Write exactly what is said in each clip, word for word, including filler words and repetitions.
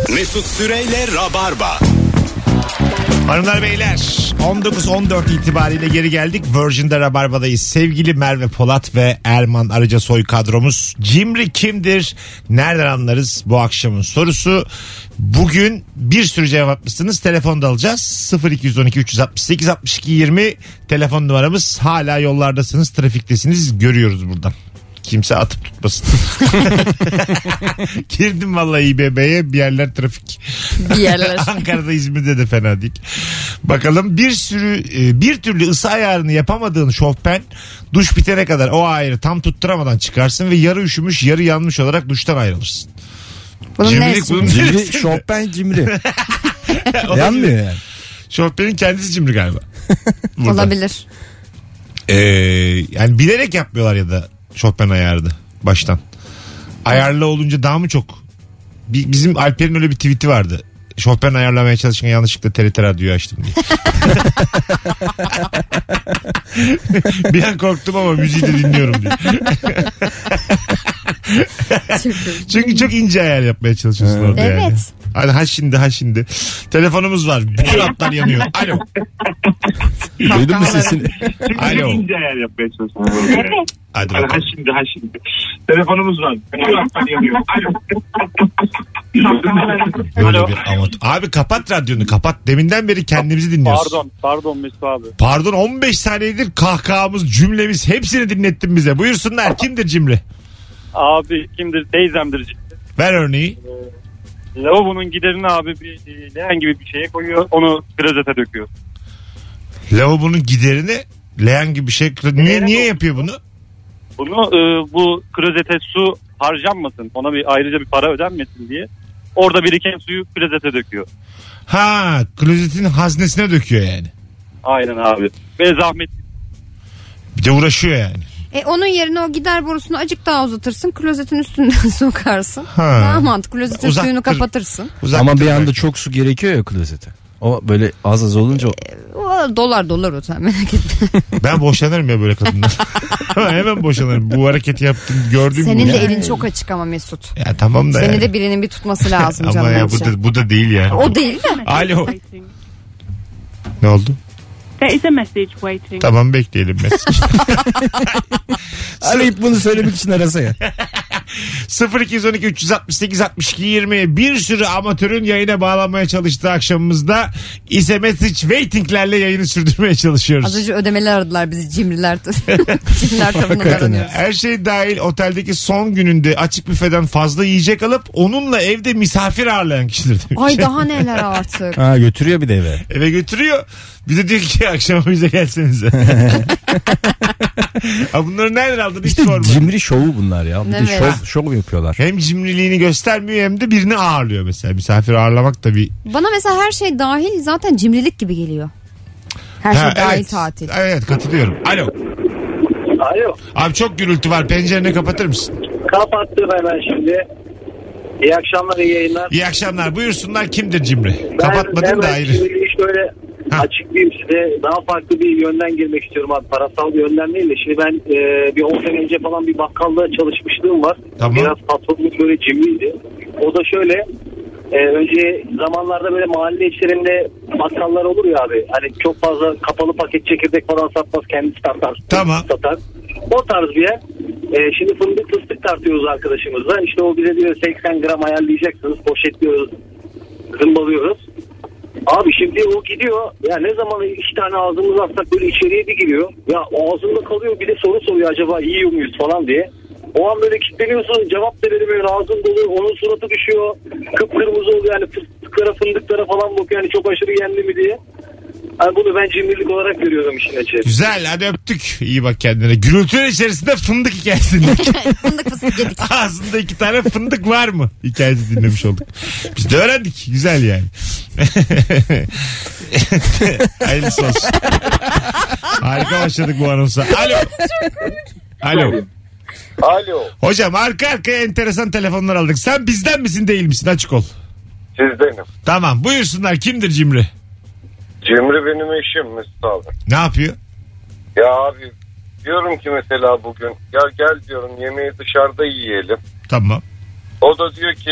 Mesut Süreyle Rabarba. Hanımlar beyler, on dokuz on dört itibariyle geri geldik. Virgin'de Rabarba'dayız. Sevgili Merve Polat ve Erman Arıcasoy kadromuz. Cimri kimdir? Nereden anlarız? Bu akşamın sorusu. Bugün bir sürü cevaplısınız. Telefonda alacağız. sıfır iki on iki üç altı sekiz altmış iki yirmi telefon numaramız. Hala yollardasınız, trafiktesiniz. Görüyoruz buradan. Kimse atıp tutmasın. Girdim vallahi İ B B'ye, bir yerler trafik. Bir yerler. Ankara'da, İzmir'de de fena değil. Bakalım, bir sürü bir türlü ısı ayarını yapamadığın şofben duş bitene kadar o ayarı tam tutturamadan çıkarsın ve yarı üşümüş yarı yanmış olarak duştan ayrılırsın. Bunun Cimrilik neresi? bunun Cimri, neresi? şofben cimri. Yanmıyor yani. Şofbenin kendisi cimri galiba. Burada. Olabilir. Ee, yani bilerek yapmıyorlar ya da şofben ayardı baştan. Ayarlı olunca daha mı çok? Bi- Bizim Alper'in öyle bir tweet'i vardı. Şofben ayarlamaya çalışırken yanlışlıkla T R T Radyo'yu açtım diye. Bir an korktum ama müziği de dinliyorum diye. Çünkü çok ince ayar yapmaya çalışıyorsun orada Evet. yani. Hadi ha şimdi ha şimdi. Telefonumuz var. Bütün hatlar yanıyor. Alo. Duydun mu sesini? Alo. İnce ayar yapmaya çalışıyorum. Evet. Hadi Ha bakalım. şimdi ha şimdi. Telefonumuz var. Kulaktan yanıyor. Alo. Böyle Alo. bir amat. Abi kapat radyonu, kapat. Deminden beri kendimizi dinliyoruz. Pardon. Pardon Mesut abi. Pardon, on beş saniyedir kahkahamız, cümlemiz hepsini dinlettin bize. Buyursunlar, kimdir cimri? Abi kimdir? Teyzemdir. Ver örneği. Lavabonun giderini abi bir e, leğen gibi bir şeye koyuyor. Onu klozete döküyor. Lavabonun giderini leğen gibi bir şey. Niye, niye yapıyor bunu? Bunu e, bu klozete su harcanmasın. Ona bir ayrıca bir para ödenmesin diye. Orada biriken suyu klozete döküyor. Ha, klozetin haznesine döküyor yani. Aynen abi. Ve zahmet. Bir de uğraşıyor yani. E onun yerine o gider borusunu acık daha uzatırsın. Klozetin üstünden sokarsın. Ha. Daha mantıklı. Klozetin Uzaktır. suyunu kapatırsın. Uzaktır Ama bir anda belki. çok su gerekiyor ya klozete. O böyle az az olunca o... O dolar dolar o, sen merak etme. Ben boşanırım ya böyle kadınlar. Hemen boşanırım. Bu hareketi yaptım, gördüm. Senin bunu. de elin çok açık ama Mesut. Ya tamam da Seni yani. de birinin bir tutması lazım Ama canım. ya bu da, bu da değil yani. O değil de. Alo. Ne oldu? There is a message waiting. Tamam, bekleyelim mesaj. Arayıp bunu söylemek için arasa ya. sıfır iki on iki üç altı sekiz altmış iki yirmi bir sürü amatörün yayına bağlanmaya çalıştığı akşamımızda S M S waitinglerle yayını sürdürmeye çalışıyoruz. Az önce ödemeler aradılar bizi, cimriler. Cimriler tabanından aranıyoruz. Her şey dahil oteldeki son gününde açık büfeden fazla yiyecek alıp onunla evde misafir ağırlayan kişidir demiş. Ay daha neler artık. Ha, götürüyor bir de eve. Eve götürüyor. Bir de diyor ki akşama bize gelsenize. Ha, bunları nereden aldın hiç İşte sorma. cimri şovu bunlar ya. Bir de Evet. şov, şov yapıyorlar. Hem cimriliğini göstermiyor hem de birini ağırlıyor mesela. Misafir ağırlamak da bir... Bana mesela her şey dahil zaten cimrilik gibi geliyor. Her şey Ha, dahil evet. tatil. Evet, katılıyorum. Alo. Alo. Abi çok gürültü var. Pencereni kapatır mısın? Kapattım hemen şimdi. İyi akşamlar, iyi yayınlar. İyi akşamlar. Buyursunlar, kimdir cimri? Ben Kapatmadın hemen da ayrı. şimdi şöyle Ha. açıklayayım size. Daha farklı bir yönden girmek istiyorum abi. Parasal bir yönden değil de. Şimdi ben e, bir on sene önce falan bir bakkalda çalışmışlığım var. Tamam. Biraz patronumuz böyle cimriydi. O da şöyle. E, önce zamanlarda böyle mahalle içlerinde bakkallar olur ya abi. Hani çok fazla kapalı paket çekirdek falan satmaz. Kendisi tartar. Tamam. Satar. O tarz bir yer. E, şimdi fındık fıstık tartıyoruz arkadaşımızla. İşte o bize diyor seksen gram ayarlayacaksınız. Poşetliyoruz. Zımbalıyoruz. Abi şimdi o gidiyor. Ya ne zaman iki tane ağzımızı atsak böyle içeriye bir giriyor. Ya ağzında kalıyor, bir de soru soruyor acaba yiyor muyuz falan diye. O an böyle kilitleniyorsun, cevap da veremiyor, ağzın dolu, onun suratı düşüyor. Kıpkırmızı oluyor yani, fıstıklara fındıklara falan bakıyor yani çok aşırı yendi mi diye. Yani bunu ben cimrilik olarak görüyorum işin açığı. Güzel, hadi öptük. İyi bak kendine. Gürültünün içerisinde fındık hikayesinde. Fındık fıstık yedik. Ağzında iki tane fındık var mı? Hikayesi dinlemiş olduk. Biz de öğrendik. Güzel yani. Hayırlısı olsun. Harika başladık bu anonsa. Alo. Alo. Alo. Hocam arka arkaya enteresan telefonlar aldık. Sen bizden misin değil misin? Açık ol. Sizdenim. Tamam, buyursunlar. Kimdir cimri? Cimri benim eşim Mesut abi. Ne yapıyor? Ya abi diyorum ki mesela bugün ya gel diyorum yemeği dışarıda yiyelim. Tamam. O da diyor ki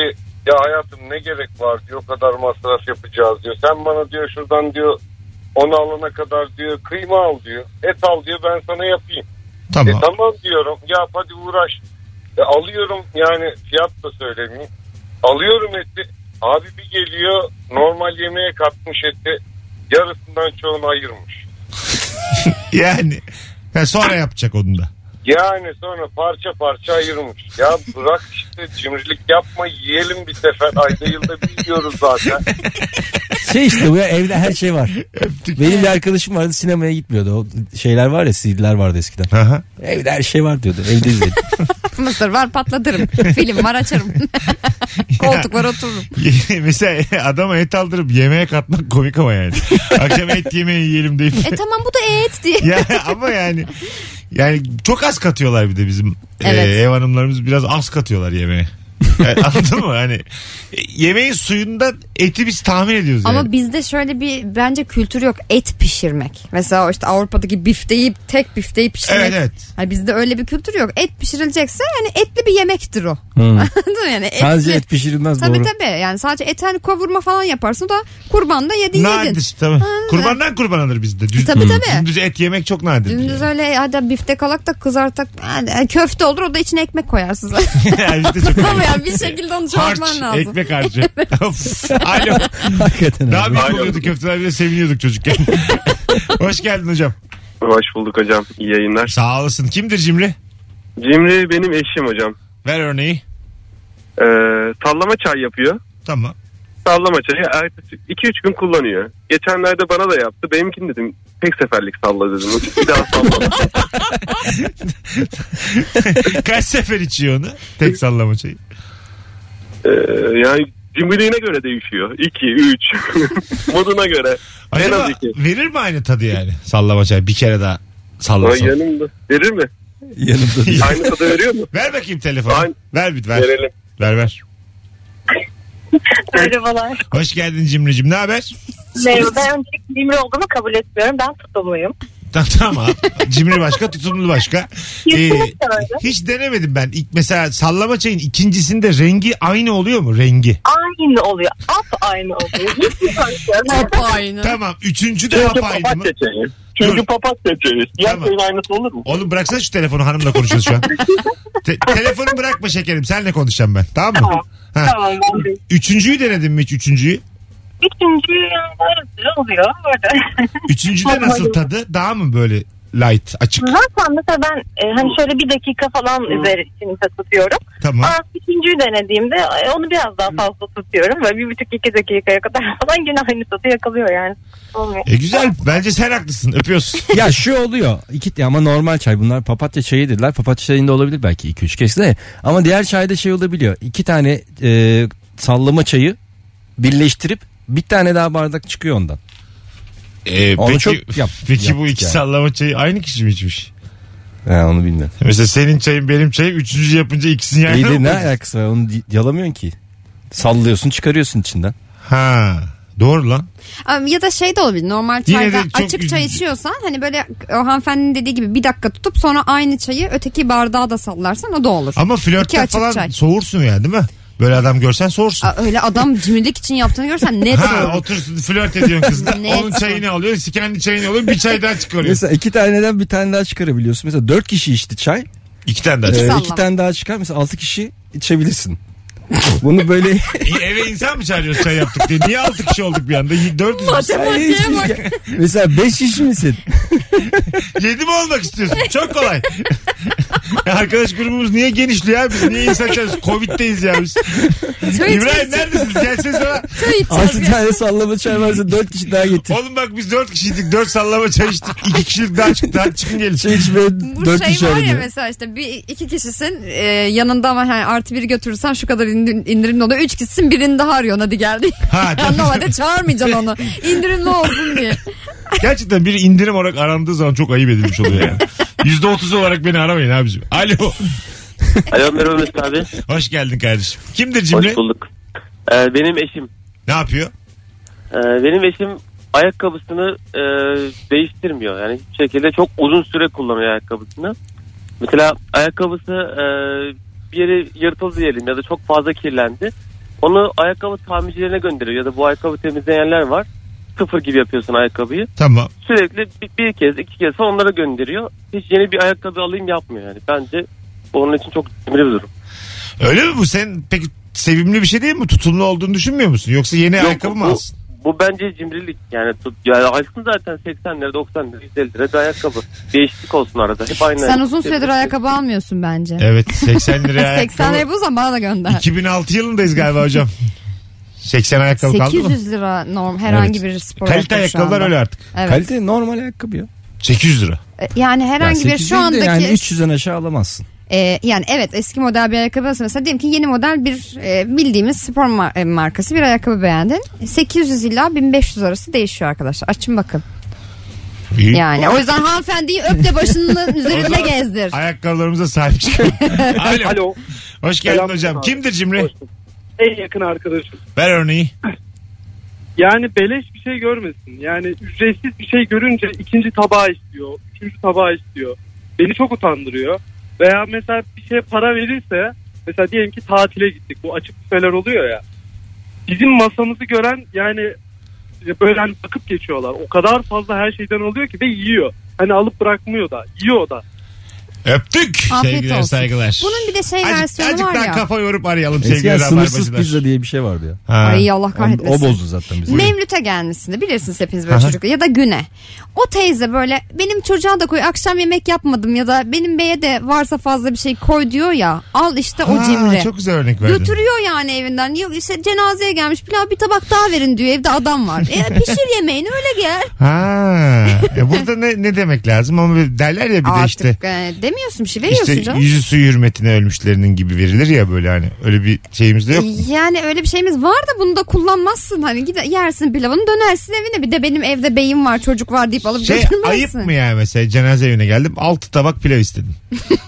Ya hayatım ne gerek var diyor, o kadar masraf yapacağız diyor. Sen bana diyor şuradan diyor onu alana kadar diyor kıyma al diyor. Et al diyor, ben sana yapayım. Tamam. E tamam diyorum, yap hadi uğraş. E alıyorum, yani fiyat da söylemeyeyim. Alıyorum eti. Abi bir geliyor, normal yemeğe katmış eti. Yarısından çoğunu ayırmış. Yani ha, sonra yapacak onu da. Yani sonra parça parça ayırmış. Ya bırak işte, cimrilik yapma, yiyelim bir sefer. Ayda yılda bir yiyoruz zaten. Şey işte bu ya, evde her şey var. Benim bir arkadaşım vardı, sinemaya gitmiyordu. O şeyler var ya, C D'ler vardı eskiden. Aha. Evde her şey var diyordu. Evde izledim. Mısır var patlatırım. Film var açarım. Koltuk var otururum. Mesela adama et aldırıp yemeğe katmak komik ama yani. Akşam et yemeği yiyelim deyip. E tamam bu da et diye. Ya ama yani yani çok az katıyorlar bir de bizim Evet. e, ev hanımlarımız biraz az katıyorlar yemeğe. Yani anladın mı? Hani e, yemeğin suyunda eti biz tahmin ediyoruz yani. Ama bizde şöyle bir bence kültür yok. Et pişirmek. Mesela işte Avrupa'daki bifteyi tek bifteyi pişirmek. Evet evet. Hani bizde öyle bir kültür yok. Et pişirilecekse hani etli bir yemektir o. Hmm. Anladın mı? Yani etli. Sadece et pişirilmez, Tabii doğru. tabii. Yani sadece et hani kavurma falan yaparsın, o da kurbanda yedin yedin. Nadir tabii. Kurbandan kurban alır bizde. Düz, Tabii, tabii. Dümdüz et yemek çok nadir. Dümdüz öyle hadi biftek alak da kızartak, yani köfte olur, o da içine ekmek koyarsın. Yani bizde çok Ama yani bir şekilde onu çoğaltman harç, lazım. ekmek harcı. Of. Alo. Hakikaten. Daha abi. büyük oluyordu köfteler, bile seviniyorduk çocukken. Hoş geldin hocam. Hoş bulduk hocam. İyi yayınlar. Sağ olasın. Kimdir Cimri? Cimri benim eşim hocam. Ver örneği. Ee, sallama çay yapıyor. Tamam. Sallama çayı iki üç gün kullanıyor. Geçenlerde bana da yaptı. Benimkini dedim tek seferlik salla dedim. Bir daha sallama. Kaç sefer içiyor onu? Tek sallama çayı. Ee, yani cimriliğine göre değişiyor. iki, üç moduna göre. Acaba en az iki. verir mi aynı tadı yani? Sallama çay bir kere daha sallasa. Yanımda. Verir mi? Yanımda. Aynı tadı veriyor mu? Ver bakayım telefonu. Aynı. Ver bir ver. Verelim. Ver ver. Merhabalar. Hoş geldin Cimri'cim. Ne haber? Merhaba. Ben öncelikle cimri olduğumu kabul etmiyorum. Ben tutumluyum. Tamam. Cimri başka, tutumlu başka. Ee, Kesinlikle öyle. hiç denemedim ben. İlk mesela sallama çayın ikincisinde rengi aynı oluyor mu? Rengi. Aynı oluyor. Ap aynı oluyor. Hiçbir fark yok. Hep aynı. Tamam. Üçüncü de hap aynı mı? çayı. Çünkü Dur. papatya çayı. Yan Tamam. çayın aynısı olur mu? Oğlum bıraksana şu telefonu, hanımla konuşuyoruz şu an. Te- telefonu bırakma şekerim. Seninle konuşacağım ben. Tamam mı? Tamam. Ha. Tamam. Ben de. Üçüncüyü denedin mi hiç üçüncüyü? Üçüncü yani arası oluyor. Orada. Üçüncüde nasıl tadı? Daha mı böyle light, açık? Zaten mesela ben e, hani şöyle bir dakika falan üzeri için tutuyorum. Tamam. Ama üçüncüyü denediğimde e, onu biraz daha fazla tutuyorum. Böyle bir buçuk iki dakikaya kadar falan yine aynı tadı yakalıyor yani. Olmuyor. E güzel. Bence sen haklısın. Öpüyorsun. Ya şu oluyor. İki, ama normal çay bunlar, papatya çayı dediler. Papatya çayında olabilir belki iki üç kez de. Ama diğer çayda şey olabiliyor. İki tane e, sallama çayı birleştirip bir tane daha bardak çıkıyor ondan. Ee, Onu peki çok yap- peki bu yaptık iki yani. sallama çayı aynı kişi mi içmiş? He, onu bilmiyorum. Mesela senin çayın benim çayım, üçüncü yapınca ikisini yan İyi yana de mı ne koyuyorsun? alakası var, onu di- yalamıyorsun ki. Sallıyorsun, çıkarıyorsun içinden. Ha, doğru lan. Ama ya da şey de olabilir. Normal Yine çayda de çok açık çay üzücü. içiyorsan hani böyle o hanımefendinin dediği gibi bir dakika tutup sonra aynı çayı öteki bardağa da sallarsan o da olur. Ama İki flörtte açık falan çay. soğursun yani, değil mi? Böyle adam görsen soğursun. Aa, öyle adam cimrilik için yaptığını görsen net Ha, olur. otursun flört ediyorsun kızla. Net. Onun çayını alıyor, kendi çayını alıyor, bir çay daha çıkarıyor. Mesela iki taneden bir tane daha çıkarabiliyorsun. Mesela dört kişi içti çay. İki tane daha. Ee, çıkar. sallama. iki tane daha çıkar. Mesela altı kişi içebilirsin. Bunu böyle Eve insan mı çağırıyoruz çay yaptık diye? Niye altı kişi olduk bir anda? Dört yüz. Matematiğe bak. mesela beş kişi misin? Yedi mi olmak istiyorsun? Çok kolay. Arkadaş grubumuz niye genişliyor abi? Biz niye insan çağırıyoruz? Covid'deyiz ya biz. Çay İbrahim içmek için- neredesiniz? Gelseniz bana. Çay içeceğiz Altı ya. tane sallama çay varsa dört kişi daha getir. Oğlum bak biz dört kişiydik. Dört sallama çay içtik. İki kişilik daha çıktı. Hadi çıkın gelin. Çay içmeye Bu dört şey kişi var ya aranıyor. mesela işte bir iki kişisin e, yanında ama hani artı biri götürürsen şu kadar indir, indirimli oluyor. Üç kişisin birini daha arıyorsun hadi geldi. Ha, Ya normalde çağırmayacaksın onu. İndirimli olsun diye. Gerçekten biri indirim olarak arandığı zaman çok ayıp edilmiş oluyor yani. Yüzde otuz olarak beni aramayın abicim. Alo. Alo merhaba Mesut abi. Hoş geldin kardeşim. Kimdir Cimri? Hoş bulduk. Ee, benim eşim. Ne yapıyor? Ee, benim eşim ayakkabısını e, değiştirmiyor. Yani hiçbir şekilde çok uzun süre kullanıyor ayakkabısını. Mesela ayakkabısı e, bir yeri yırtıldı diyelim ya da çok fazla kirlendi. Onu ayakkabı tamircilerine gönderiyor ya da bu ayakkabı temizleyenler var. Sıfır gibi yapıyorsun ayakkabıyı. Tamam. Sürekli bir, bir kez iki kez falan onlara gönderiyor. Hiç yeni bir ayakkabı alayım yapmıyor yani. Bence onun için çok önemli bir durum. Öyle mi bu? Sen peki sevimli bir şey değil mi? Tutumlu olduğunu düşünmüyor musun? Yoksa yeni Yok, ayakkabı mı bu, alsın? Bu bence cimrilik. Yani, tut, yani alsın zaten seksen lira doksan lira yüz elli lira bir ayakkabı. Değişiklik olsun arada. Hep aynı. Sen uzun süredir ayakkabı almıyorsun bence. Evet seksen liraya ayakkabı. seksen lira bulursan bana da gönder. iki bin altı yılındayız galiba hocam. seksen ayakkabı kaldı mı? sekiz yüz lira norm herhangi Evet. bir spor Kalite ayakkabılar öyle artık. Evet. Kalite normal ayakkabı ya. sekiz yüz lira. Yani herhangi Ya bir sekiz şu değil de andaki yani üç yüzden aşağı alamazsın. e, yani evet eski model bir ayakkabı alsa mesela diyelim ki yeni model bir e, bildiğimiz spor mar- e, markası bir ayakkabı beğendin. sekiz yüz ila bin beş yüz arası değişiyor arkadaşlar. Açın bakın. İyi. Yani o yüzden hanımefendiyi öp de başının üzerinde gezdir. Ayakkabılarımıza sahip çıkalım. Alo. Alo. Hoş geldin Selam hocam. abi. Kimdir Cimri? En yakın arkadaşım. Ver örneği. Yani beleş bir şey görmesin. Yani ücretsiz bir şey görünce ikinci tabağı istiyor. Üçüncü tabağı istiyor. Beni çok utandırıyor. Veya mesela bir şeye para verirse mesela diyelim ki tatile gittik. Bu açık büfeler oluyor ya. Bizim masamızı gören yani böyle hani bakıp geçiyorlar. O kadar fazla her şeyden oluyor ki ve yiyor. Hani alıp bırakmıyor da. Yiyor da. Öptük. Afiyet Sevgiler olsun. saygılar. Bunun bir de şey Azıcık, versiyonu azıcık var daha ya. kafa yorup arayalım sevgili Eskiden sınırsız rabarbacılar. pizza diye bir şey vardı ya. Ha. Ay Allah O, kahretmesin. o bozdu zaten bizi. Mevlüt'e gelmişsin bilirsiniz hepiniz böyle Aha. çocuklar ya da güne. O teyze böyle benim çocuğa da koy akşam yemek yapmadım ya da benim beye de varsa fazla bir şey koy diyor ya. Al işte o Ha, cimri. çok güzel örnek verdin. Götürüyor yani evinden. Yok işte cenazeye gelmiş pilav bir tabak daha verin diyor evde adam var. E, pişir yemeğini öyle gel. Ha. E burada ne, ne demek lazım ama derler ya bir de Artık işte. e, demiyorsun bir şey veriyorsun İşte canım. yüzü suyu hürmetine ölmüşlerinin gibi verilir ya böyle hani öyle bir şeyimiz de yok. Yani öyle bir şeyimiz var da bunu da kullanmazsın. Hani gider yersin pilavını dönersin evine. Bir de benim evde beyim var çocuk var deyip alıp Şey götürmezsin. ayıp mı yani mesela cenaze evine geldim altı tabak pilav istedim.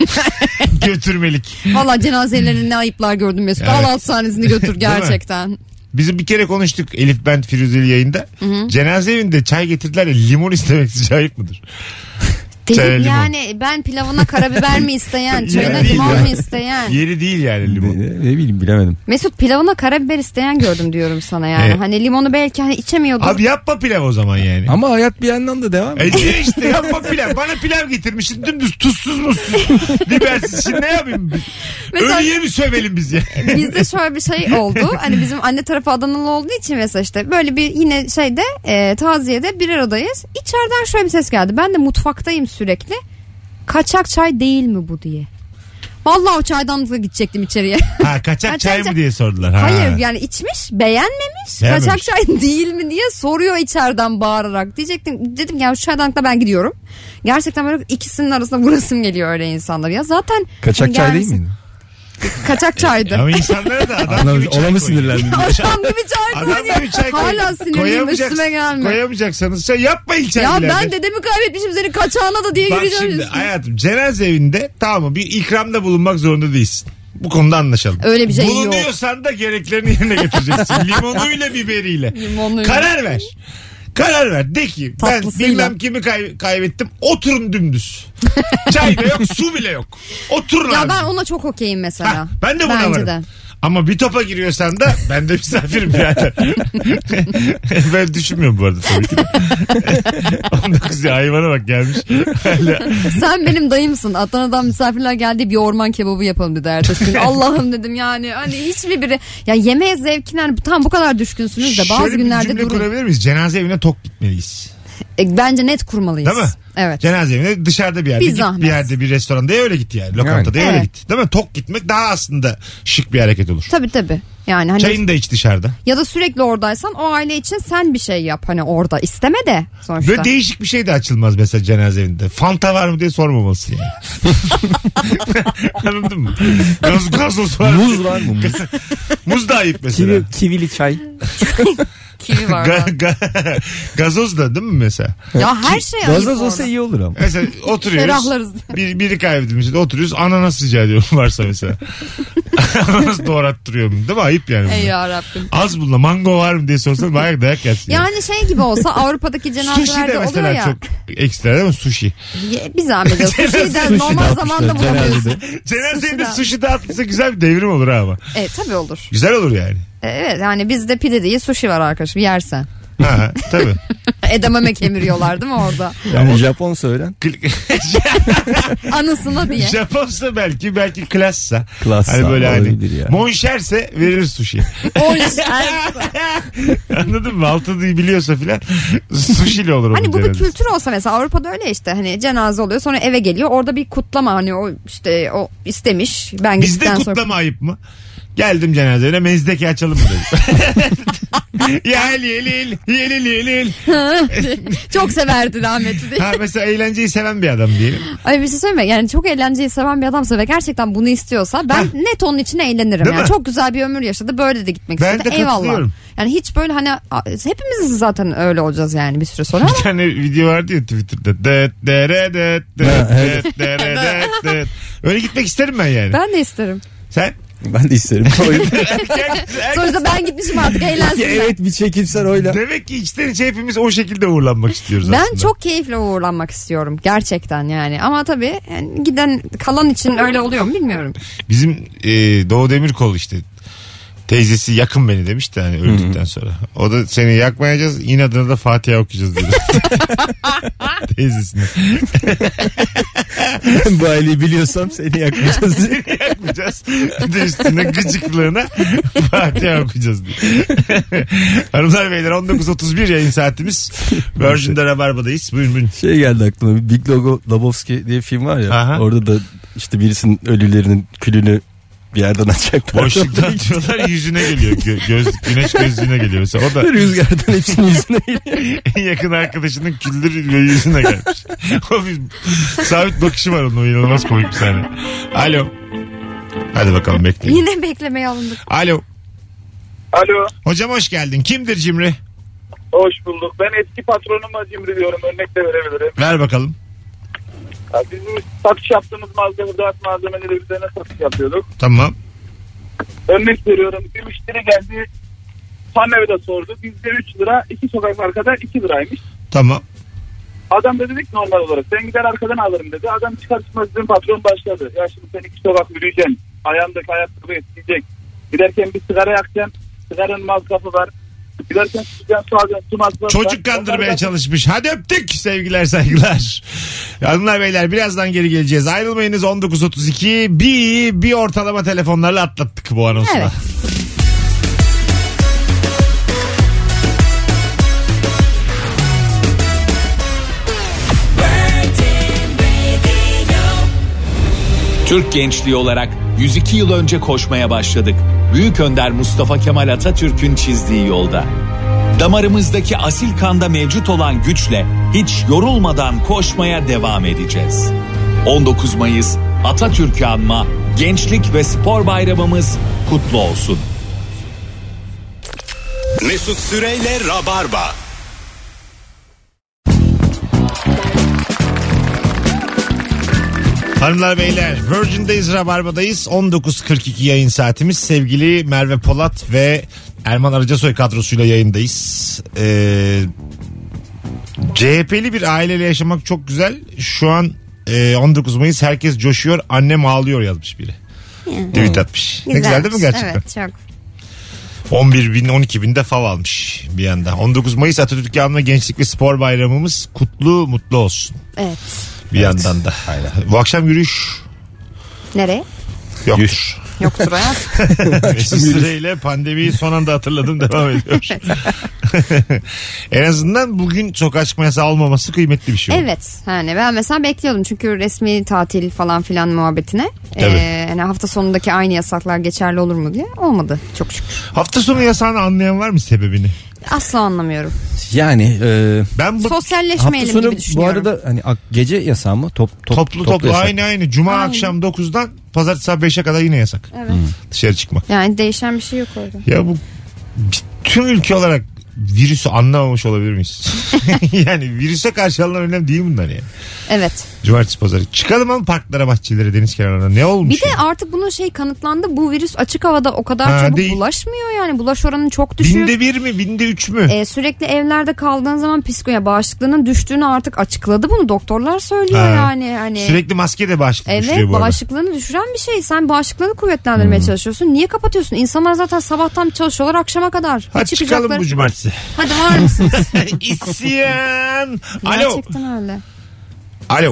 Götürmelik. Valla cenazelerinde ne ayıplar gördüm Mesut. Evet. Al alt tanesini götür gerçekten. Bizim bir kere konuştuk Elif ben Firuzeli yayında. Hı. Cenaze evinde çay getirdiler ya limon istemek sizce ayıp mıdır? Çaya Dedim limon. yani ben pilavına karabiber mi isteyen, çayına Yani değil limon ya. mu isteyen? Yeri değil yani limon. Ne, ne bileyim bilemedim. Mesut pilavına karabiber isteyen gördüm diyorum sana yani. Evet. Hani limonu belki hani içemiyordur. Abi yapma pilav o zaman yani. Ama hayat bir yandan da devam E ediyor. diyor işte yapma pilav. Bana pilav getirmişsin dümdüz tuzsuz muzsuz. Bibersiz. Şimdi ne yapayım? Mesela- Ölüye mi sövelim biz ya? Bizde şöyle bir şey oldu. Hani bizim anne tarafı Adanalı olduğu için mesela işte böyle bir yine şeyde e, taziyede bir aradayız. İçeriden şöyle bir ses geldi. Ben de mutfaktayım sürekli. Kaçak çay değil mi bu diye. Vallahi o çaydanlıkla gidecektim içeriye. Ha kaçak Ha, çay çay- mı diye sordular. Ha. Hayır yani içmiş beğenmemiş. Beğenmemiş. Kaçak çay değil mi diye soruyor içeriden bağırarak. Diyecektim dedim ya şu çaydanlıkla ben gidiyorum. Gerçekten böyle ikisinin arasında vurasım geliyor öyle insanlar. Ya zaten Kaçak hani çay değil gelmesin. miydi? Kaçak çaydı. Ama insanlara da adam Anlamış, gibi çay ona mı koyuyor. sinirlendin? Adam gibi çay Adam koyuyor. gibi çay koy. Hala sinirliyim Koyamayacaksın- üstüme gelme. Koyamayacaksanız şey yapmayın çay Ya birader. ben dedemi kaybetmişim senin kaçağına da diye Bak gireceğim şimdi üstüne. hayatım cenaze evinde tamam mı bir ikramda bulunmak zorunda değilsin. Bu konuda anlaşalım. Öyle bir şey yok. Bulunuyorsan da gereklerini yerine getireceksin. Limonuyla biberiyle. Limonuyla. Karar ver. Karar ver. De ki ben Tatlısıyla. bilmem kimi kay- kaybettim. Oturun dümdüz. Çay da yok su bile yok. Oturun Ya abi. ben ona çok okeyim mesela. Ha, ben de buna Bence varım. de. Ama bir topa giriyorsan da ben de misafirim birader. Ben düşünmüyorum bu arada tabii ki de. on dokuz ya hayvana bak gelmiş. Hala. Sen benim dayımsın. Adana'dan misafirler geldi bir orman kebabı yapalım dedi ertesi gün. Allah'ım dedim yani hani hiçbir biri ya yemeğe zevkine tam bu kadar düşkünsünüz de bazı Şöyle bir günlerde cümle durun. kurabilir miyiz? Cenaze evine tok gitmeliyiz. E, bence net kurmalıyız. Değil mi? Evet. Cenaze evine dışarıda bir yerde Bir git, zahmet. bir yerde bir restoranda ya öyle git yani. Lokantada ya Yani. öyle Evet. git. Değil mi? Tok gitmek daha aslında şık bir hareket olur. Tabii tabii. Yani hani Çayını da iç dışarıda. ya da sürekli oradaysan o aile için sen bir şey yap hani orada isteme de sonuçta. Böyle değişik bir şey de açılmaz mesela cenaze evinde. Fanta var mı diye sormaması yani. Anladın mı? Gaz, gazoz var mı? Muz var mı? Muz, Muz da ayıp mesela. Kivi, kivili çay. Kivi var. Ga- ga- gazoz da değil mi mesela? Ya her şey ayıp Gazoz olsa orada. iyi olur ama. Mesela oturuyoruz. Ferahlarız. Bir, biri kaybedilmiş. Oturuyoruz. Ananas rica ediyorum varsa mesela. Ananas doğrattırıyorum. Değil mi? Ayıp yani. Ey bunlar. yarabbim. Az bunda mango var mı diye sorsan bayağı dayak yersin. Yani. Yani şey gibi olsa Avrupa'daki Sushi de cenazelerde oluyor mesela ya. çok ekstra değil mi? Sushi. Ye- Bir zahmet. ya. Sushi'yi de Sushi normal dağıtmışlar zamanda bulamıyorsun. cenazede. Cenazede Sushi de- sushi dağıtılsa güzel bir devrim olur ha ama. Evet tabii olur. Güzel olur yani. Evet yani bizde pide değil sushi var arkadaşım yersen. Ha, tabii. Edamame kemiriyorlar değil mi orada? Yani Japon söylen. Anısına diye. Japonsa belki belki klassa. Klassa hani böyle hani. Ya. Monşerse verilir sushi. Monşerse. Anladın mı? Altını biliyorsa filan sushi'li olur. Hani bu bir cenazesi. kültür olsa mesela Avrupa'da öyle işte hani cenaze oluyor sonra eve geliyor orada bir kutlama hani o işte o istemiş ben Bizde gittikten sonra. kutlama ayıp mı? Geldim cenazene mezdeki açalım mı dedim. Ya el el el el el el. Çok severdi rahmetli. Ha mesela eğlenceyi seven bir adam diyelim. Ay bir şey söyleyeyim mi? Yani çok eğlenceyi seven bir adamsa ve gerçekten bunu istiyorsa ben Ha. net onun için eğlenirim. Değil Yani mi? çok güzel bir ömür yaşadı. Böyle de gitmek Ben istedi. de Eyvallah. katılıyorum. Yani hiç böyle hani hepimiz zaten öyle olacağız yani bir süre sonra. Bir tane video vardı ya Twitter'da. Det, dere, det, det, Ha, evet. det, dere, det, det. Öyle gitmek isterim ben yani. Ben de isterim. Sen? Ben de isterim. Sonuçta ben gitmişim artık eğlensinler. Evet bir çekimsel oyla. Demek ki içten içe hepimiz o şekilde uğurlanmak istiyoruz Ben aslında. çok keyifle uğurlanmak istiyorum gerçekten yani ama tabii yani giden kalan için öyle oluyor mu bilmiyorum. Bizim e, Doğu Demirkol işte teyzesi yakın beni demişti hani öldükten sonra. O da seni yakmayacağız inadına da Fatiha okuyacağız dedi. Teyzesine. Bu aileyi biliyorsam seni yakmayacağız. Seni yakmayacağız. Bir de üstüne gıcıklığına Fatiha okuyacağız diye. Hanımlar beyler on dokuz otuz bir yayın saatimiz. Virgin'de Rabarba'dayız. Buyurun buyurun. Şey geldi aklıma. Big Logo Lebowski diye film var ya. Aha. Orada da işte birisinin ölülerinin külünü bir yerden açacaklar. Boşluktan atıyorlar yüzüne geliyor. Gö- göz, güneş gözlüğüne geliyor. Mesela o da Rüzgardan hepsinin yüzüne geliyor. en yakın arkadaşının küldürü ve yüzüne gelmiş. O bir sabit bakışı var onun. O inanılmaz komik bir sahne. Alo. Hadi bakalım bekleyin. Yine beklemeye alındık. Alo. Alo. Hocam hoş geldin. Kimdir Cimri? Hoş bulduk. Ben eski patronuma cimri diyorum. Örnek de verebilirim. Ver bakalım. Ya bizim satış yaptığımız malzeme, dağıt malzemeleri üzerine satış yapıyorduk. Tamam. Örnek veriyorum. Bir müşteri geldi. Panevide sordu. Bizde üç lira. iki sokak arkada iki liraymış. Tamam. Adam da dedik normal olarak. Ben gider arkadan alırım dedi. Adam çıkar çıkmaz bizim patron başladı. Ya şimdi sen iki sokak yürüyeceksin. Ayağındaki ayakkabı etkileyecek. Giderken bir sigara yakacaksın. Sigaranın mazgafı var. Giderken sıcaksın su alacaksın. Su mazgafı var. Çocuk kandırmaya çalışmış. Hadi öptük. Sevgiler saygılar. Hanımlar beyler birazdan geri geleceğiz. Ayrılmayınız on dokuz otuz iki. Bir, bir ortalama telefonlarla atlattık bu anonsla. Evet. Türk gençliği olarak yüz iki yıl önce koşmaya başladık. Büyük Önder Mustafa Kemal Atatürk'ün çizdiği yolda. Damarımızdaki asil kanda mevcut olan güçle hiç yorulmadan koşmaya devam edeceğiz. on dokuz Mayıs Atatürk'ü anma Gençlik ve Spor Bayramımız kutlu olsun. Mesut Süreyle Rabarba. Hanımlar beyler Virgin'dayız, Rabarba'dayız. on dokuz kırk iki yayın saatimiz. Sevgili Merve Polat ve Erman Arıcasoy kadrosuyla yayındayız. Ee, C H P'li bir aileyle yaşamak çok güzel. Şu an e, on dokuz Mayıs herkes coşuyor. Annem ağlıyor yazmış biri. Tweet atmış. Ne güzel değil mi gerçekten? Evet çok. on bir bin on iki bin de fav almış bir yanda. on dokuz Mayıs Atatürk'ü anma Gençlik ve Spor Bayramımız kutlu mutlu olsun. Evet. Bir evet. yandan da. Aynen. Bu akşam yürüyüş. Nereye? Yoktur. Yoktur hayat. Mesut Süreyle pandemiyi son anda hatırladım devam ediyor. En azından bugün sokağa çıkma yasağı olmaması kıymetli bir şey oldu. Evet. Yani ben mesela bekliyordum çünkü resmi tatil falan filan muhabbetine. Ee, yani hafta sonundaki aynı yasaklar geçerli olur mu diye. Olmadı çok şükür. Hafta sonu yasağını anlayan var mı sebebini? Asla anlamıyorum. Yani e, ben bu sosyalleşmeyelim hafta sonu gibi düşünüyorum. bu arada hani gece yasağı mı? Top, top, toplu toplu yasak. aynı aynı. Cuma Aynen. akşam dokuzdan pazartesi sabah beşe kadar yine yasak. Evet. Hmm. Dışarı çıkmak. Yani değişen bir şey yok orada. Ya bu tüm ülke olarak virüsü anlamamış olabilir miyiz? Yani virüse karşı alınan önlem değil bunlar yani. Evet. Cumartesi pazarı. Çıkalım ama parklara, bahçelere, deniz kenarlarına. Ne olmuş? Bir de ya? artık bunun şey kanıtlandı. Bu virüs açık havada o kadar Ha, çabuk değil. bulaşmıyor yani. Bulaş oranı çok düşük. Binde bir mi? Binde üç mü? Ee, sürekli evlerde kaldığın zaman psikoya bağışıklığının düştüğünü artık açıkladı bunu. Doktorlar söylüyor Ha. yani. Hani... Sürekli maske de bağışıklık Evet, düşürüyor bu arada. bağışıklığını düşüren bir şey. Sen bağışıklığını kuvvetlendirmeye Hmm. çalışıyorsun. Niye kapatıyorsun? İnsanlar zaten sabahtan çalışıyorlar akşama kadar. Hadi Hiç çıkalım çıkacaklar- bu cumartesi. Hadi var mısınız? İsyan. Alo. Gerçekten öyle. Alo.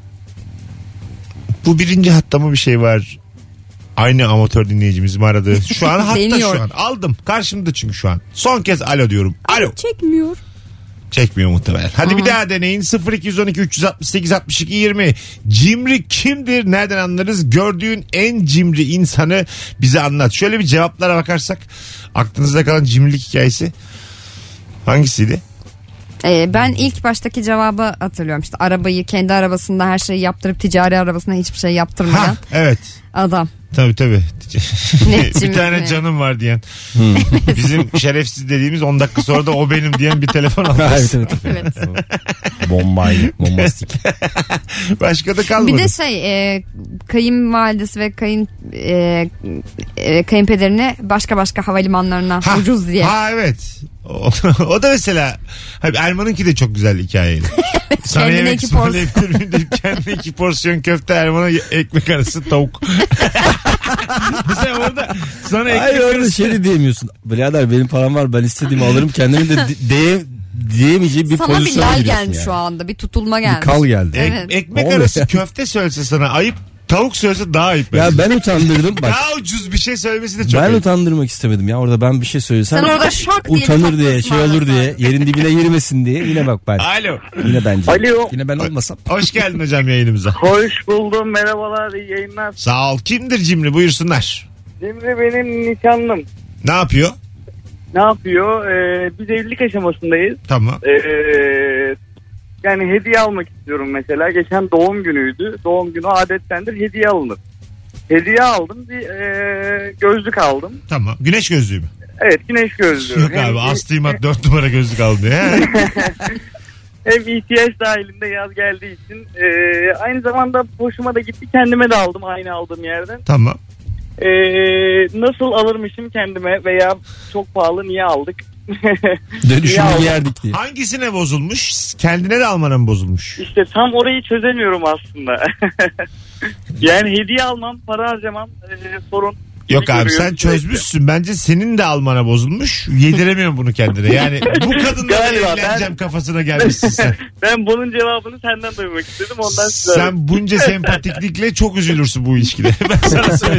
Bu birinci hatta mı bir şey var? Aynı amatör dinleyicimiz mi aradı? Şu an hatta Deniyor. şu an. Aldım. Karşımda çünkü şu an. Son kez alo diyorum. Alo. Çekmiyor. Çekmiyor muhtemelen. Hadi Aha. bir daha deneyin. sıfır iki on iki üç altı sekiz altmış iki yirmi. Cimri kimdir? Nereden anlarız? Gördüğün en cimri insanı bize anlat. Şöyle bir cevaplara bakarsak aklınızda kalan cimrilik hikayesi hangisiydi? Ee, ben ilk baştaki cevabı hatırlıyorum. İşte arabayı kendi arabasında her şeyi yaptırıp ticari arabasına hiçbir şey yaptırmadan Ha, evet. adam. Tabii tabii. Ne bir cimri tane ya. canım var diyen. Bizim şerefsiz dediğimiz on dakika sonra da o benim diyen bir telefon almış. evet, evet. Bombaylı, bombastik. Başka da kalmadı. Bir de şey e, kayınvalidesi ve kayın e, e, kayınpederine başka başka havalimanlarına Ha, ucuz diye. Ha evet. O, o da mesela abi Erman'ınki de çok güzel hikayeydi. Sana Kendine yemek iki porsiyon. ısmarlayabilir miyim deyip kendine iki porsiyon köfte, Erman'a ekmek arası tavuk. Mesela orada sana ekmek Hayır orada arası... şey de diyemiyorsun. Birader benim param var, ben istediğimi alırım, kendimi de de- diye, diyemeyeceği bir Sana bir pozisyona lay giriyorsun gelmiş yani. şu anda. Bir tutulma gelmiş. Bir kal geldi. Ek- Evet. ekmek Oluyor arası ya. köfte söylese sana ayıp, tavuk söylese daha ayıp. Ya bence. ben utandırdım bak. Daha ucuz bir şey söylemesi de çok Ben ayıp. utandırmak istemedim ya, orada ben bir şey söylesem Sen orada şak diye bir utanır tatlı diye, şey olur diye, ısmarlasan. yerin dibine girmesin diye. Yine bak ben. Alo. Yine bence. Alo. Yine ben olmasam. Hoş geldin hocam yayınımıza. Hoş buldum. Merhabalar. İyi yayınlar. Sağ ol. Kimdir cimri? Buyursunlar. Cemre benim nişanlım. Ne yapıyor? Ne yapıyor? Ee, biz evlilik aşamasındayız. Tamam. Ee, yani hediye almak istiyorum mesela. Geçen doğum günüydü. Doğum günü adettendir hediye alınır. Hediye aldım. Bir e, gözlük aldım. Tamam. Güneş gözlüğü mü? Evet, güneş gözlüğü. Yok Hem- abi astıymat dört numara gözlük aldı ya. Hem ihtiyaç dahilinde yaz geldiği için e, aynı zamanda hoşuma da gitti, kendime de aldım aynı aldığım yerden. Tamam. E, nasıl alırmışım kendime veya çok pahalı niye aldık? Niye Dönüşümü aldık? yerdik diye. Hangisine bozulmuş? Kendine de almana mı bozulmuş? İşte tam orayı çözemiyorum aslında. Yani hediye almam, para harcamam e, sorun. Yok abi Görüyorum sen sürekli. çözmüşsün. Bence senin de almana bozulmuş. Yediremiyorum bunu kendine. Yani bu kadınla Galiba evleneceğim ben- kafasına gelmişsin sen. Ben bunun cevabını senden duymak istedim, ondan size aradım. Sen bunca sempatiklikle çok üzülürsün bu ilişkide. Ben sana söyleyeyim.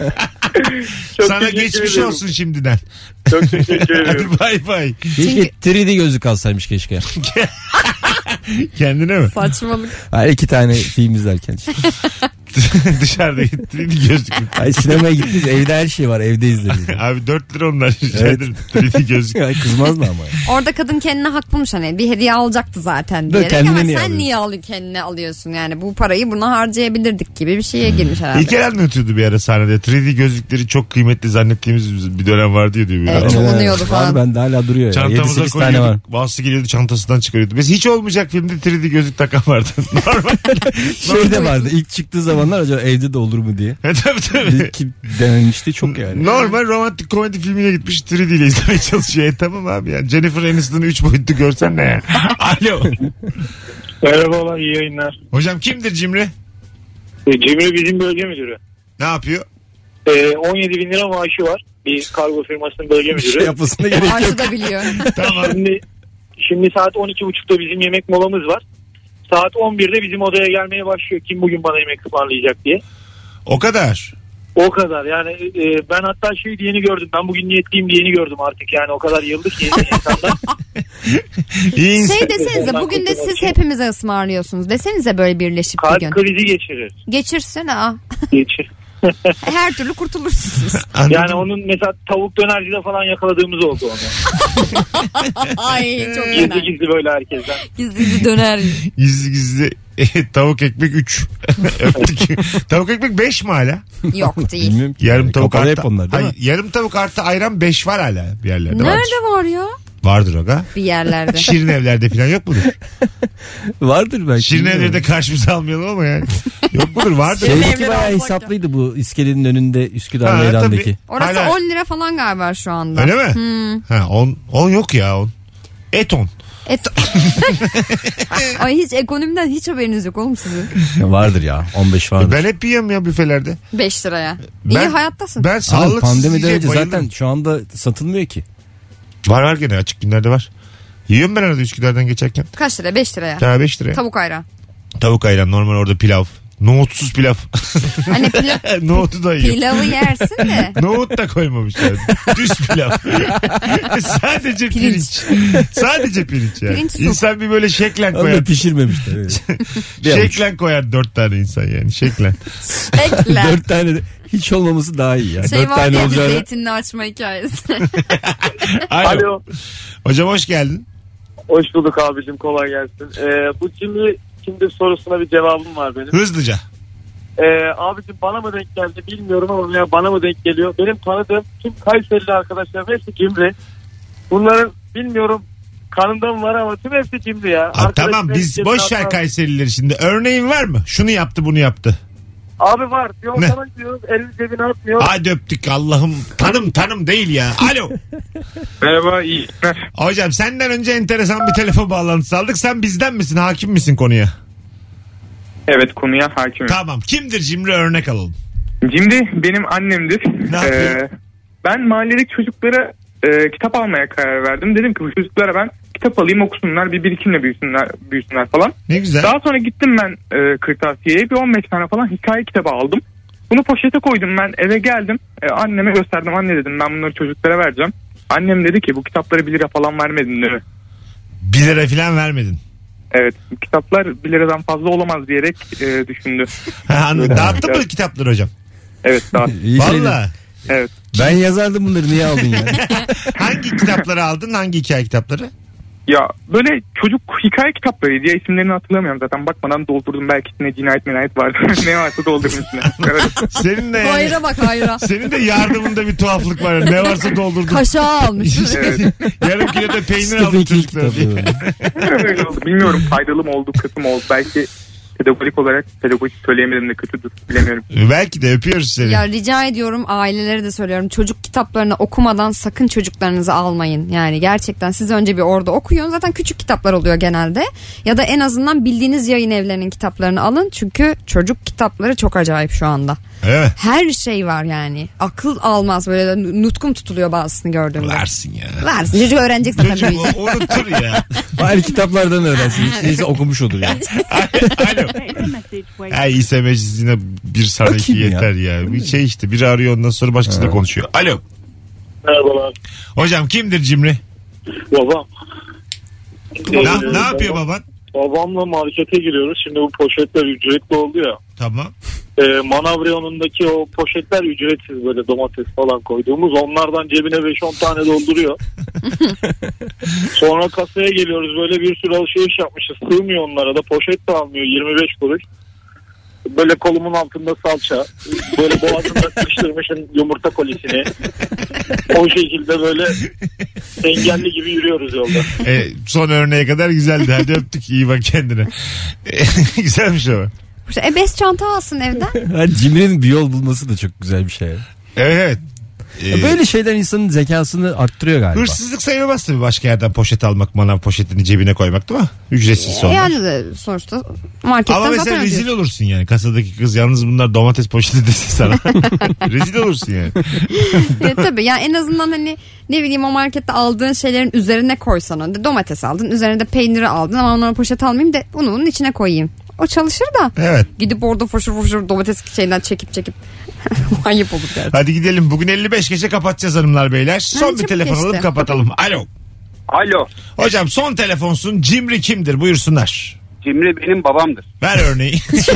Çok Sana teşekkür geçmiş ederim. olsun şimdiden. Çok teşekkür ederim. Hadi bay bay. Keşke üç D gözlük alsaymış keşke. Kendine mi? Saçmalık. Hayır, iki tane film izlerken. Dışarıda gittiğin gözlük. Hayır, sinemaya gittiniz, evde her şey var, evde izleriz. Abi dört lira onlar. Rica Evet. ederim. üç D gözlük. Ay, kızmaz mı ama? Orada kadın kendine hak bulmuş hani bir hediye alacaktı zaten Dur, diyerek kendine ama niye sen alıyorsun? niye alıyorsun kendine alıyorsun yani bu parayı buna harcayabilirdik gibi bir şeye girmiş herhalde. İlker anlatıyordu bir ara sahnede. üç D gözlükleri çok kıymetli zannettiğimiz bir dönem vardı ya diyor. bir Evet, ara. çok bulunuyordu falan. Var, bende hala duruyor ya. yedi Çantamıza sekiz tane var. koyuyorduk. Bahsi geliyordu çantasından çıkarıyordu. Biz hiç olmayacak filmde üç D gözlük takan vardı. Normal. Şey de vardı, ilk çıktığı zamanlar acaba evde de olur mu diye. tabii tabii. Ki denenmişti çok yani. Normal romantik komedi filmine gitmiş üç D ile izlemeye çalışıyor. E tamam abi ya. Jennifer Aniston'u üç boyutlu görsen ne ya? Alo. Merhabalar, iyi yayınlar. Hocam kimdir cimri? E, Cemre bizim bölge müdürü. Ne yapıyor? E, on yedi bin lira maaşı var. Bir kargo firmasının bölge müdürü. Şey yapmasına gerek yok. Arşı da biliyor. Tamam. Şimdi, şimdi saat on iki buçukta bizim yemek molamız var. Saat on birde bizim odaya gelmeye başlıyor. Kim bugün bana yemek ısmarlayacak diye. O kadar. O kadar yani e, ben hatta şey diyeni gördüm. Ben bugün niyetliyim diyeni gördüm artık. Yani o kadar yıllık ki insanlar. İyi insan. Şey desenize bugün de siz hepimize ısmarlıyorsunuz. Desenize böyle birleşip bir Kalp gün. krizi geçirir. Geçirsin ha. Geçir. Her türlü kurtulursunuz. Anladım. Yani onun mesela tavuk dönercide falan yakaladığımız oldu onu. Ay çok Gizli önemli. gizli böyle herkesten. Gizli gizli döner. Gizli gizli tavuk ekmek üç. Öptük. Tavuk ekmek beş mi hala? Yok değil. Bilmiyorum ki. Yarım tavuk Kapalı artı. hep onlar değil Hayır, mi? yarım tavuk artı ayran beş var hala bir yerlerde. Nerede vardır. var ya? Vardır aga. Bir yerlerde. Şirin evlerde falan yok mudur? Vardır belki. Şirin evlerde karşımıza almayalım ama yani. Yok mudur? Vardır. Şeydeki bayağı hesaplıydı bu iskelenin önünde Üsküdar Ha, meydandaki. tabii. Orası Hala- on lira falan galiba şu anda. Öyle mi? Hmm. Ha, on, on yok ya on. Et on. Et... Ay hiç ekonomiden hiç haberiniz yok oğlum sizin. Vardır ya on beş vardır. Ben hep yiyorum ya büfelerde. beş liraya. Ben- İyi hayattasın. Ben Abi sağlıksız pandemiden yiyeceğe önce bayılırım. zaten şu anda satılmıyor ki. Var var gene açık günlerde var. Yiyorum ben arada Üsküdar'dan geçerken. Kaç lira? beş liraya. Ha beş liraya. Tavuk ayran. Tavuk ayran normal orada pilav. Nohutsuz pilav. Hani pilav- Nohutu da yiyor. Pilavı yersin de. Nohut da koymamışlar. Düz pilav. Sadece pirinç. Sadece pirinç yani. Pirinç su. İnsan bir böyle şeklen Onu da koyar. pişirmemişler. öyle. Bir avuç. Şeklen koyar dört tane insan yani. Şeklen. Ekler. Dört tane de hiç olmaması daha iyi ya. Şey Dört var tane ya bir olacağını. zeytinli açma hikayesi. Alo. Alo. Hocam hoş geldin. Hoş bulduk abicim, kolay gelsin. Ee, bu Jimmy kimdir sorusuna bir cevabım var benim. Hızlıca. Ee, abicim bana mı denk geldi bilmiyorum ama ya bana mı denk geliyor. Benim tanıdığım tüm Kayserili arkadaşlarım hepsi Cimri. Bunların bilmiyorum kanında mı var ama tüm hepsi Cimri ya. Abi tamam biz hepsi boş ver hatta- Kayserileri şimdi. Örneğin var mı? Şunu yaptı bunu yaptı. Abi var. Bir ortama gidiyoruz, elini cebine atmıyor. Hadi öptük Allah'ım. Tanım tanım değil ya. Alo. Merhaba, iyi. Hocam senden önce enteresan bir telefon bağlantısı aldık. Sen bizden misin? Hakim misin konuya? Evet, konuya hakimim. Tamam. Kimdir Cimri, örnek alalım. Cimri benim annemdir. Ne yapıyor? Ee, ben mahalledeki çocuklara e, kitap almaya karar verdim. Dedim ki bu çocuklara ben kitap alayım, okusunlar, bir birikimle büyüsünler, büyüsünler falan. Ne güzel. Daha sonra gittim ben e, kırtasiyeye bir on beş tane falan hikaye kitabı aldım. Bunu poşete koydum, ben eve geldim. E, anneme gösterdim. Anne dedim, ben bunları çocuklara vereceğim. Annem dedi ki bu kitapları bir lira falan vermedin değil mi? Bir lira falan vermedin. Evet, kitaplar bir liradan fazla olamaz diyerek e, düşündü. Ha, anladım. Dağıttın mı Evet. kitapları hocam? Evet, daha. İyi şeydi. Valla. Evet. Ben yazardım bunları, niye aldın ya? Hangi kitapları aldın? Hangi hikaye kitapları? Ya böyle çocuk hikaye kitaplarıydı ya, isimlerini hatırlamıyorum zaten, bakmadan doldurdum, belki içinde cinayet minayet vardı. Ne varsa doldurdum içine. Evet. Senin de yani, Hayra bak hayra. senin de yardımında bir tuhaflık var. Ne varsa doldurdun. Kaşağı almış. Evet. Yarım kilo da peynir Stephen aldım King çocuklara diye. kitabı. Öyle oldu. Bilmiyorum, faydalı mı oldu, kötü mü oldu, belki pedagojik olarak pedagojik söyleyemedim de kötüdür, bilemiyorum. Belki de öpüyoruz seni. Ya rica ediyorum, ailelere de söylüyorum. Çocuk kitaplarını okumadan sakın çocuklarınızı almayın. Yani gerçekten siz önce bir orada okuyun. Zaten küçük kitaplar oluyor genelde. Ya da en azından bildiğiniz yayın evlerinin kitaplarını alın. Çünkü çocuk kitapları çok acayip şu anda. Evet. Her şey var yani. Akıl almaz, böyle nutkum tutuluyor bazısını gördüğümde. Versin ya. Versin. Çocuk öğrenecek zaten. Çocuk büyüyecek. o- unutur ya. Bari kitaplardan öğrensin. Hiç değilse okumuş olur yani. Alo. Ay İse meclisine bir sonraki Bakayım ya. yeter ya. Bir şey işte, biri arıyor ondan sonra başkası da konuşuyor. Alo. Merhabalar. Hocam kimdir Cimri? Babam. Ne, ne yapıyor baban? Babamla markete giriyoruz. Şimdi bu poşetler ücretli oldu ya. Tamam. E, manav reyonundaki o poşetler ücretsiz, böyle domates falan koyduğumuz. Onlardan cebine beş on tane dolduruyor. Sonra kasaya geliyoruz, böyle bir sürü alışveriş yapmışız. Sığmıyor onlara da, poşet de almıyor, yirmi beş kuruş. Böyle kolumun altında salça. Böyle boğazımda sıkıştırmışım yumurta kolisini. O şekilde böyle engelli gibi yürüyoruz yolda. E, son örneğe kadar güzeldi. Hadi öptük. İyi bak kendine. Güzelmiş ama. İşte ebes çanta alsın evden. Yani Cimri'nin bir yol bulması da çok güzel bir şey. Evet evet. Ee, Böyle şeyler insanın zekasını arttırıyor galiba. Hırsızlık sayılmaz tabii başka yerden poşet almak, manav poşetini cebine koymak, değil mi? Ücretsiz sonra. Yani de sonuçta marketten Ama mesela zaten rezil ödüyorsun. olursun yani. Kasadaki kız yalnız bunlar domates poşeti dese sana. Rezil olursun yani. Evet, tabii yani en azından hani ne bileyim, o markette aldığın şeylerin üzerine koysan, onu domates aldın, üzerine de peyniri aldın, ama onları poşet almayayım da bunu bunun içine koyayım. O çalışır da. Evet. Gidip orada foşur foşur domates şeyden çekip çekip ayıp olur gerçekten. Hadi gidelim. Bugün elli beş geçe kapatacağız hanımlar beyler. Son Ay, bir çok telefon geçti. alıp kapatalım. Alo. Alo. Hocam son telefonsun. Cimri kimdir? Buyursunlar. Cimri benim babamdır. Ver örneği.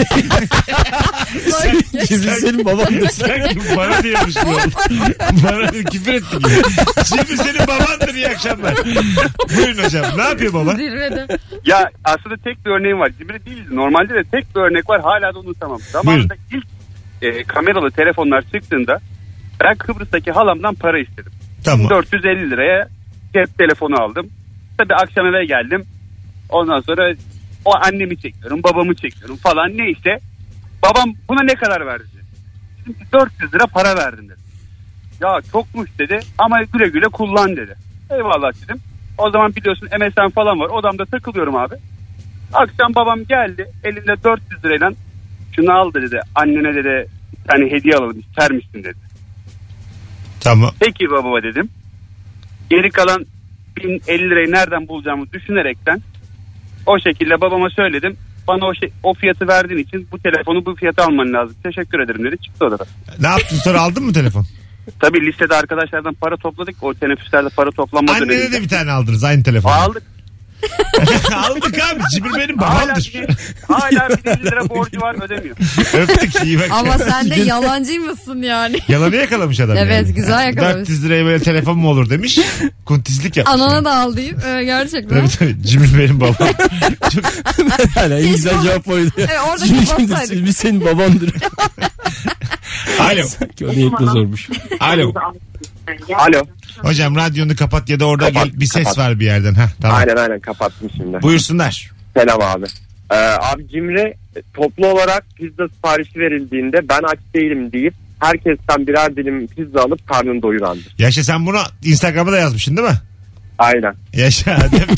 Cimri senin babandır. Sanki bana diyormuş bu. Bana küfür etti gibi. Cimri senin babandır, iyi akşamlar. Buyurun hocam. Ne yapıyor baba? Ya aslında tek bir örneğim var. Cimri değil. Normalde de tek bir örnek var. Hala da unutamam. Zamanında ilk e, kameralı telefonlar çıktığında ben Kıbrıs'taki halamdan para istedim. Tamam. dört yüz elli liraya cep telefonu aldım. Tabii akşam eve geldim. Ondan sonra o annemi çekiyorum, babamı çekiyorum falan neyse. Babam buna ne kadar verdi? Dedim ki dört yüz lira para verdim dedi. Ya çokmuş dedi ama güle güle kullan dedi. Eyvallah dedim. O zaman biliyorsun M S N falan var. Odamda takılıyorum abi. Akşam babam geldi elinde dört yüz lirayla şunu al dedi. Annene dedi bir tane hediye alalım ister misin dedi. Tamam. Peki baba dedim. Geri kalan bin elli lirayı nereden bulacağımı düşünerekten o şekilde babama söyledim. Bana o şey, o fiyatı verdiğin için bu telefonu bu fiyata alman lazım. Teşekkür ederim dedi. Çıktı odadan. Ne yaptın sonra, aldın mı telefon? Tabii listede arkadaşlardan para topladık. O teneffüslerde para toplanma döneminde. Annene de bir tane aldınız aynı telefonu. Aldık. Aldık abi. Cibir benim babamdır. Hala bir elli lira borcu var ödemiyor. Öptük, iyi bak. Ama sen de yalancıymışsın yani. Yalanı yakalamış adam. Evet yani. güzel yakalamış. dört yüz liraya böyle telefon mu olur demiş. Kuntizlik yapmış. Anana yani. da al deyip e, gerçekten. Tabii tabii. Cibir benim babam. Çok... Hala en güzel cevap oydu. Evet, orada Şimdi kapatsaydık. Silmiş senin babandır. Alo. Sanki o niyetle zormuş. Alo. Alo. Hocam radyonu kapat ya da orada Kapat, gel, bir ses kapat. var bir yerden. Heh, tamam. Aynen aynen kapattım şimdi. Buyursunlar. Selam abi. Ee, abi Cimri toplu olarak pizza siparişi verildiğinde ben aç değilim deyip herkesten birer dilim pizza alıp karnını doyurandır. Yaşa, sen bunu Instagram'a da yazmışsın değil mi? Aynen. Yaşa.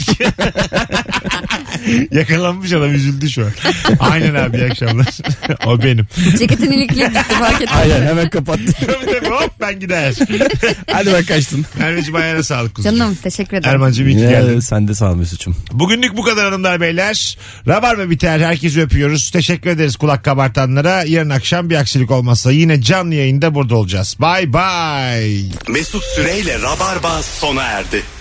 Yakalanmış adam, üzüldü şu an. Aynen abi, iyi akşamlar. O benim. Ceketin ilikliği gitti fark ettim. Aynen, hemen kapattı. Tabii tabii, hop ben gider. Hadi ben kaçtım. Merveciğim ayağına sağlık kuzucuğum. Canım teşekkür ederim. Erman'cığım iyi ki Yine geldin. sen de sağ ol Mesut'cum. Bugünlük bu kadar hanımlar beyler. Rabarba biter. Herkesi öpüyoruz. Teşekkür ederiz kulak kabartanlara. Yarın akşam bir aksilik olmazsa yine canlı yayında burada olacağız. Bye bye. Mesut Süreyle Rabarba sona erdi.